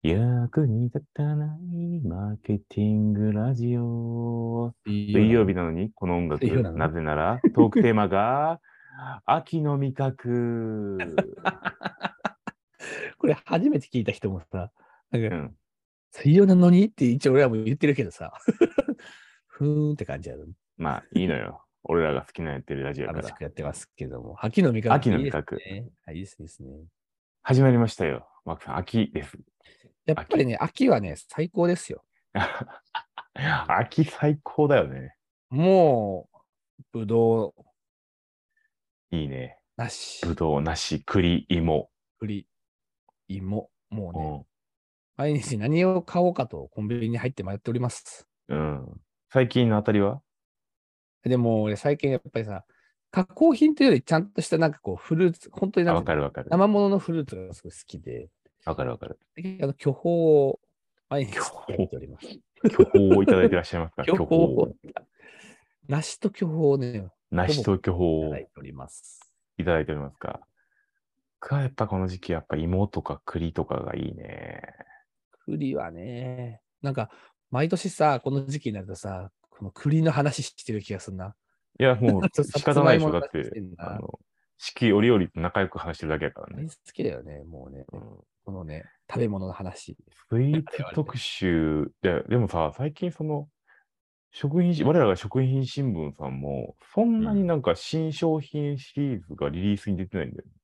役に立たないマーケティングラジオ。水いいようなの。 曜日なのにこの音楽。 いいようなの。 なぜならトークテーマが秋の味覚。 これ初めて聞いた人もさ、なんか、 うん。 水曜なのにって一応俺らも言ってるけどさ、ふーんって感じやの。 まあいいのよ。俺らが好きなやってるラジオやか楽しら。 くやってますけども、秋の味秋覚いいですの味覚。 ね。はい、いいですね。いいですね。 始まりましたよ。マークさん、秋です。秋。 やっぱりね、秋はね、最高ですよ。うん、 秋最高だよね。 もう、ぶどう、 いいね。ぶ梨、 どう、梨、栗、芋。 栗、芋、もうね、 うん。 毎日何を買おうかとコンビニに入って迷っております。 うん。最近のあたりはでも、俺最近やっぱりさ、加工品というよりちゃんとしたなんかこう、フルーツ、本当になあ、わんていうの、 かるわかる。 生物のフルーツがすごい好きで、 わかるわかる。 巨峰を毎日巨食べ峰、 ております。 巨峰をいただいていらっしゃいますか？ 巨巨峰。 峰、梨と巨峰をね、ほぼい梨と巨峰をただいております。 いただいておりますか？僕はやっぱこの時期、やっぱ芋とか栗とかがいいね。 栗はね、なんか、毎年さ、この時期になるとさ、この栗の話してる気がするな。 いや、もうさ仕方ないでしょ。 つまいもの話しだって、 てんな。 四季折々仲良く話してるだけやからね。 大好きだよね、もうね。 うん、 このね、食べ物の話。 スイー我々ね。 ツ特集、でもさ、最近我らが食品新聞さんも、そんうん。 なになんか新商品シリーズがリリースに出てないんだよね。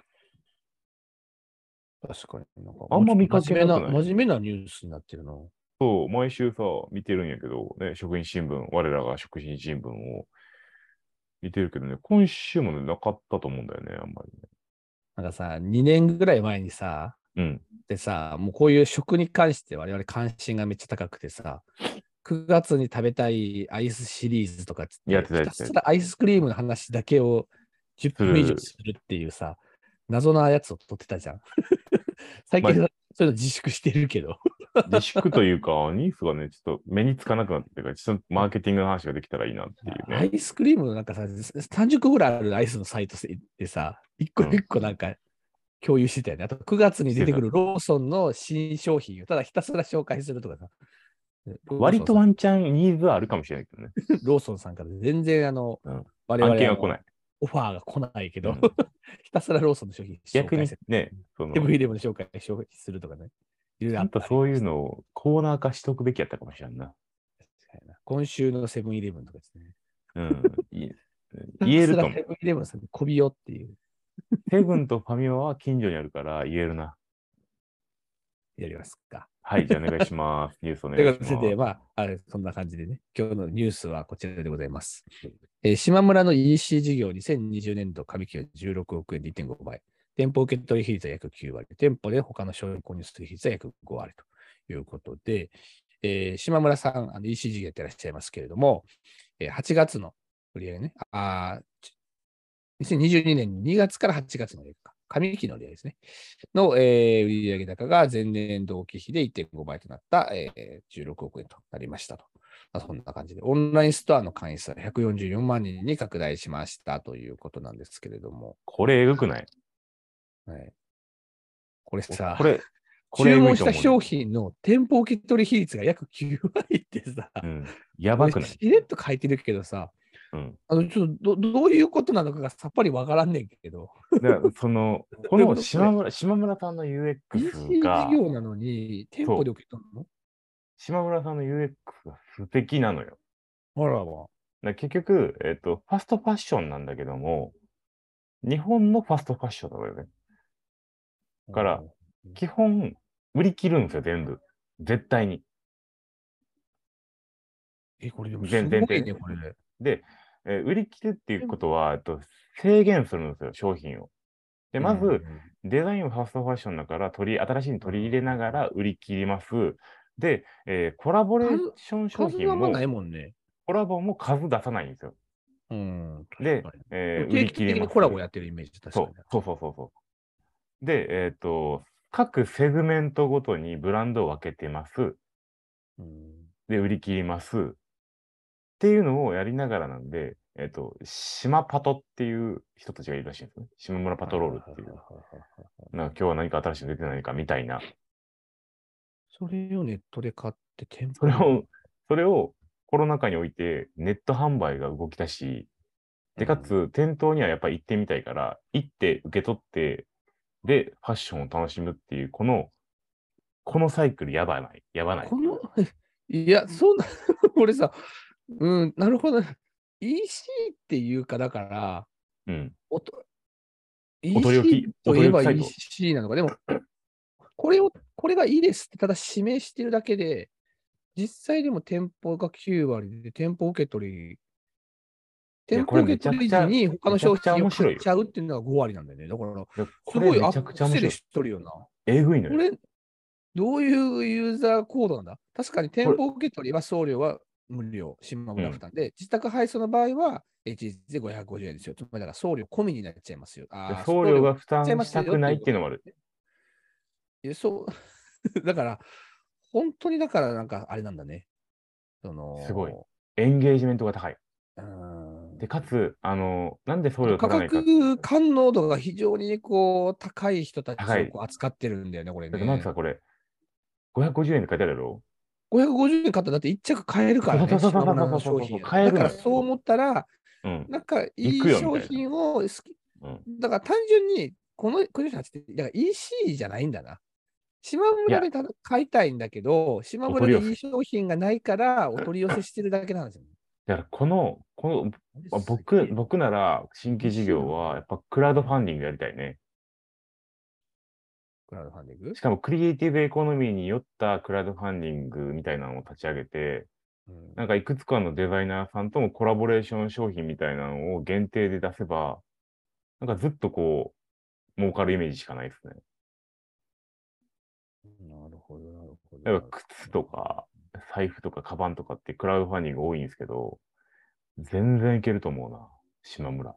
確かになんか、 あんもうちょっとま見かけなくない？ 真面目なニュースになってるな。 そう、毎週さ、見てるんやけど、ね、食品新聞、我らが食品新聞を見てるけどね、今週もね、なかったと思うんだよね、あんまりね。 なんかさ、2年ぐらい前にさ、 うん。 でさ、もうこういう食に関して我々関心がめっちゃ高くてさ、9月に食べたいアイスシリーズとかっつって、 やってたひやってたやってた。 たすらアイスクリームの話だけを10分以上する。 するっていうさ、謎なやつを撮ってたじゃん。最まあ、 近はそういうの自粛してるけど。 自粛というか、ニースがね、ちょっと目につかなくなってきてから、ちょっとマーケティングの話ができたらいいなっていうね。 アイスクリームのなんかさ、30個ぐらいあるアイスのサイトでさ、一個うん。 一個なんか共有してたよね。あと9月にしてた。 出てくるローソンの新商品をただひたすら紹介するとかさ、ローソンさん、 割とワンチャンニーズはあるかもしれないけどね。 ローソンさんから全然うん。 我々 案件が来ない。 オファーが来ないけど、 うん。 ひたすらローソンの商品紹逆介する。 にね、 セブンイレブンの紹介するとかね。いろいろちゃんとありそういうました。 のをコーナー化しとくべきやったかもしれんな。 今週のセブンイレブンとかですね。 うん。 ひた言えると思う。 すらセブンイレブンさんでこびよっていう、 セブンとファミマは近所にあるから言えるな。 やりますか。 はい、じゃあお願いします。ニュースおと願いいうことで、 します。 そんな感じでね、今日のニュースはこちらでございます。島村の EC 事業2020年度上期は16億円で1.5倍。店舗受け取り比率は約9割。店舗で他の商品購入する比率は約5割ということで、島村さん、EC 事業やってらっしゃいますけれども、8月の売り上げね、2022年2月から8月の売上か、上期の売上ですね。の、売上高が前年同期比で1.5倍となった、16億円となりましたと。そんな感じで、オンラインストアの会員数は144万人に拡大しましたということなんですけれども、 これえぐくない？ はい、これさ、 これ、これえぐ注文いと思うね。 した商品の店舗受け取り比率が約9割ってさ、 うん。やこればくない？ しれっと書いてるけどさ、 うん。 ちょっとどういうことなのかがさっぱりわからんねんけど、 だからどこのういうことこれ？ 島村さんの UX EC 事が、 業なのに店舗でそう、 受け取るの？ 島村さんの UX が素敵なのよ。 あらば。 結局、ファストファッションなんだけども、日本のファストファッションなのよね。だから、基本、売り切るんですよ、全部。絶対に。 これでもす前提ね。 ごいね、これ。 で、売り切るっていうことは、制限するんですよ、商品を。で、 うまず、 ん。 デザインはファストファッションだから、新しいの取り入れながら売り切ります。で、コラボレーション商数あんまな品も、 いもんね。 コラボも数出さないんですよ。 うん、 で、 確かに。でも売定期的にり切れます。 コラボやってるイメージ、確かに。 そう。で、各セグメントごとにブランドを分けてます。 うん。 で、売り切ります。っていうのをやりながらなんで、島パトっていう人たちがいるらしいんですね。島村パトロールっていう。なんか今日は何か新しいの出てないかみたいな。 それをネットで買って店それ舗に。 を、それをコロナ禍においてネット販売が動き出し、で、かうん、 つ店頭にはやっぱり行ってみたいから、行って受け取って、で、ファッションを楽しむっていう、このサイクルやばない。やばない。 この、いや、そんな、俺さ、うん、なるほど。EC っていうか、だから、 うん。 おとお取り EC 置き、おといえば取り置きサイト。 EC なのか。でも、これがいいですって、ただ指名してるだけで、実際でも店舗が9割で、 いや、 店これ舗受け取り時に他の商めちゃくちゃ品を買っ面白いよ。 ちゃうっていうのが5割なんだよね。だから、 いやすごいアこれめちゃくちゃ面白い。 ップセルしとるよな。 えぐいのよ。 これ、どういうユーザーコードなんだ。確かにこれ、 店舗受け取りは送料は無料、島うん。 村負担で、自宅配送の場合は HH で550円ですよ。つまりだから送料込みになっちゃいますよ。 で送料込みになっ送料が負ちゃいます担したくないよっていうこと。 っていうのもある。 そう、だから、本当にだからなんかあれなんだね。そすごい。 の、 エンゲージメントが高い。 うーん、 で、かつ、なんで送料価取らないか、 格感能度が非常にこう高い人たち高い。 をこう扱ってるんだよね、これだってマークね。 さんこれ、550円って書いてあるやろ？ 550円買ったらだって1着買えるからね、 そうそうそうそう島村のそうそうそう、 商品やったら。だ買えるのよ。 からそう思ったら、 うん。 なんか行くよ、みいい商たいな。 品を好き。 うん。 だから単純に、この人たちって、だから EC じゃないんだな。島いや、 村で買いたいんだけど、島村でいいお取り寄せ。 商品がないからお取り寄せしてるだけなんですよね。 だからこの、 これすげえな。 僕なら新規事 EC なのか業はやっぱクラウドな。うん。 ファンディングやりたいね。 クラウドファンディング。 しかもクリエイティブエコノミーによったクラウドファンディングみたいなのを立ち上げて、 うん。 なんかいくつかのデザイナーさんともコラボレーション商品みたいなのを限定で出せば、なんかずっと儲かるイメージしかないですね。 なるほど、なるほど、 例えばなる靴とか財布とかカバンとかってクラウドファンディング多いんですけど、全然いけると思うな。島村。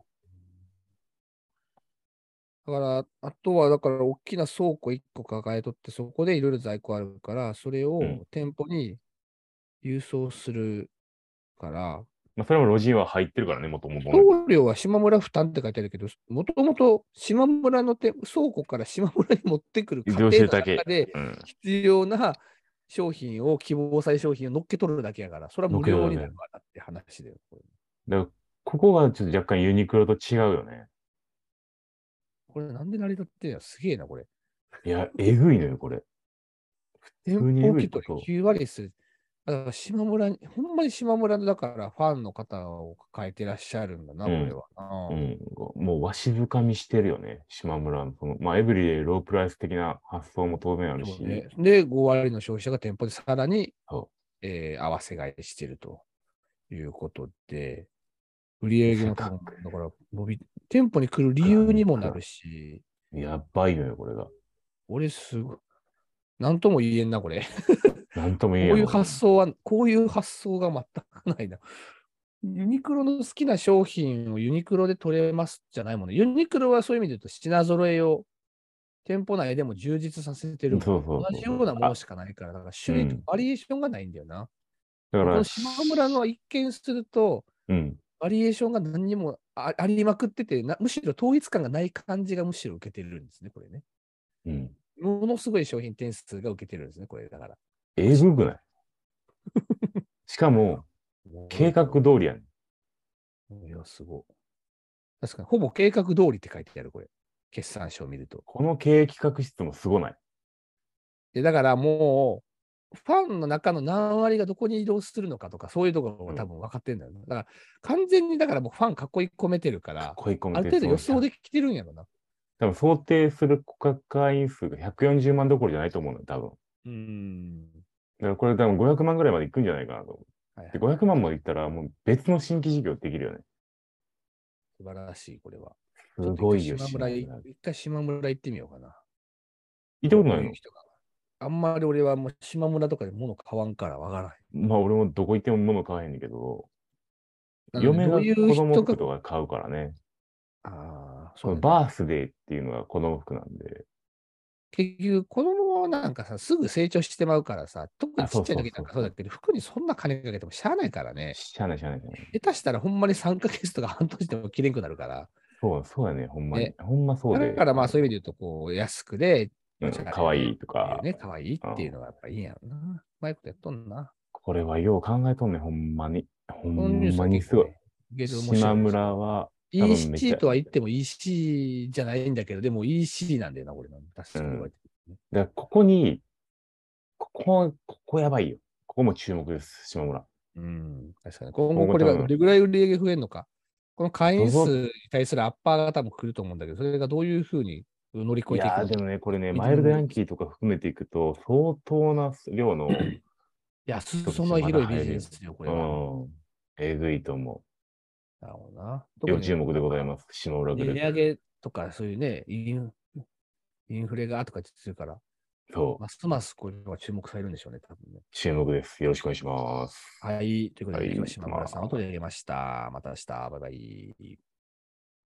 ほど。だから、あとは、だから、大きな倉庫1個抱えとって、そこでいろいろ在庫あるから、それうん。 を店舗に郵送するから、 まあ、それもロジンは入ってるからね、もともとね。 送料は島村負担って書いてあるけど、もともと島村の倉庫から島村に持ってくる移動して過程のるだけ。 中でうん。 必要な商品を、希望され商品を乗っけ取るだけやから、それはの無料にけどだけ。 なるからって話だよ。 だからここがちょっと若干ユニクロと違うよね。 これなんで成り立ってんや、すげえな、これ。 いや、えぐいのよ、これ。普店通にえぐい舗受け取りこと。 9割する。だから島村に、ほんまに島村のだからファンの方を抱えてらっしゃるんだな、 うん。 これはな。 うん。もうわしづかみしてるよね。島村の、まあ、エブリデイロープライス的な発想も当然あるし、 そうね。で、5割の消費者が店舗でさらに、 そ合わせ買いしてるということで、売う。 上も多分、 せっかく、 だから店舗に来る理ガ由にンガもなるし、 ン。やばいのよ、これが。 俺すごい、なんとも言えんな、これ。 なんとも言えんやろ。 こういう発想が全くないな。ユニクロの好きな商品をユニクロで取れますじゃないもの。ユニクロはそういう意味で言うと品揃えを店舗内でも充実させてるもん。 そうそう同じそうそう。 ようなものしかないから、だから種類とかうん。 バリエーションがないんだよな。 だから、 この島村の一見すると、 うん。 バリエーションが何にもありまくっててむしろ統一感がない感じがむしろ受けてるんですね、これね。 うん。 ものすごい商品点数が受けてるんですね、これだから。 えぐくない？しかも、 おもろ計画いこれは。 通りやねん。 いや、すごい。確かに、ほぼ計画通りって書いてある、これ。決算書を見ると。 この経営企画室もすごない？ で、だからもう、ファンの中の何割がどこに移動するのかとか、そういうところうん。 が多分分かってるんだよな。だから、完全にだからもうファン囲い込めてるから、 囲い込めて、 ある程度予想できてるんやろな。 多分想定する顧客会員数が140万どころじゃないと思うのよ、多分。だうーん。 からこれ多分500万ぐらいまでいくんじゃないかなと思う。で、 はいはい。 500万までいったらもう別の新規事業できるよね。 素晴らしい、これは。 すちょっとごいよ、島村。 一回島村行ってみようかな。ど行ったことないの？ ういう人が。あんまり俺はもう島村とかで物買わんからわからない。 まあ俺もどこ行っても物買わへんねんけど、 なので、 嫁がどういう子供人が、 服とか買うからね。 ああ、そうねんな。 このバースデーっていうのが子供服なんで。 結局、子供なんかさ、すぐ成長してまうからさ、特あ、 にちっそうそうちゃい時なんそうそう。 かそうだけど、服にそんな金かけてもしゃあないからね。 しゃあないしゃあないしゃあない。 下手したらほんまに3ヶ月とか半年でも着れんくなるから。 そう、そうやね、ほんまに。 ね。 ほんまそうで。 だからまあそういう意味で言うと、こう、安くで、 かわいいとか。 ね、かわいいっていうのがやっぱいいんやろな。うまいことやっとんな。 これはよう考えとんねん、ほんまに。ほこのニューんスはまにすごい。 結構ね、ゲート面白島いですよ。 村は多分めっち EC ゃ、 とは言っても EC じゃないんだけど、でも EC なんだよな、これ。確かに言われうん。 てる、ね。 だからここに、ここやばいよ。ここも注目です、島村。 うん、確かに。今後これ今後多分、 がどれぐらい売り上げ増えるのか。この会員数どぞ、 に対するアッパーが多分来ると思うんだけど、それがどういうふうに乗り越えていくのか。 いやーでもね、これね、 見てマイルドヤンみるべきです。 キーとか含めていくと、相当な量のいや、 人たちまだ裾野広いビ入るよ。 ジネスですよ、これは。 うん。えぐいと思なるほどな。 う。 特に要注目でございます。島村グ値ループ。 上げとか、そういうね、インフレがとか言ってるから、 そう。 ますますこれは注目されるんでしょうね、多分ね。 注目です。よろしくお願いします。 はい。ということで、今日ははい、 島村さんを取り上げました。また明日。バイバイ。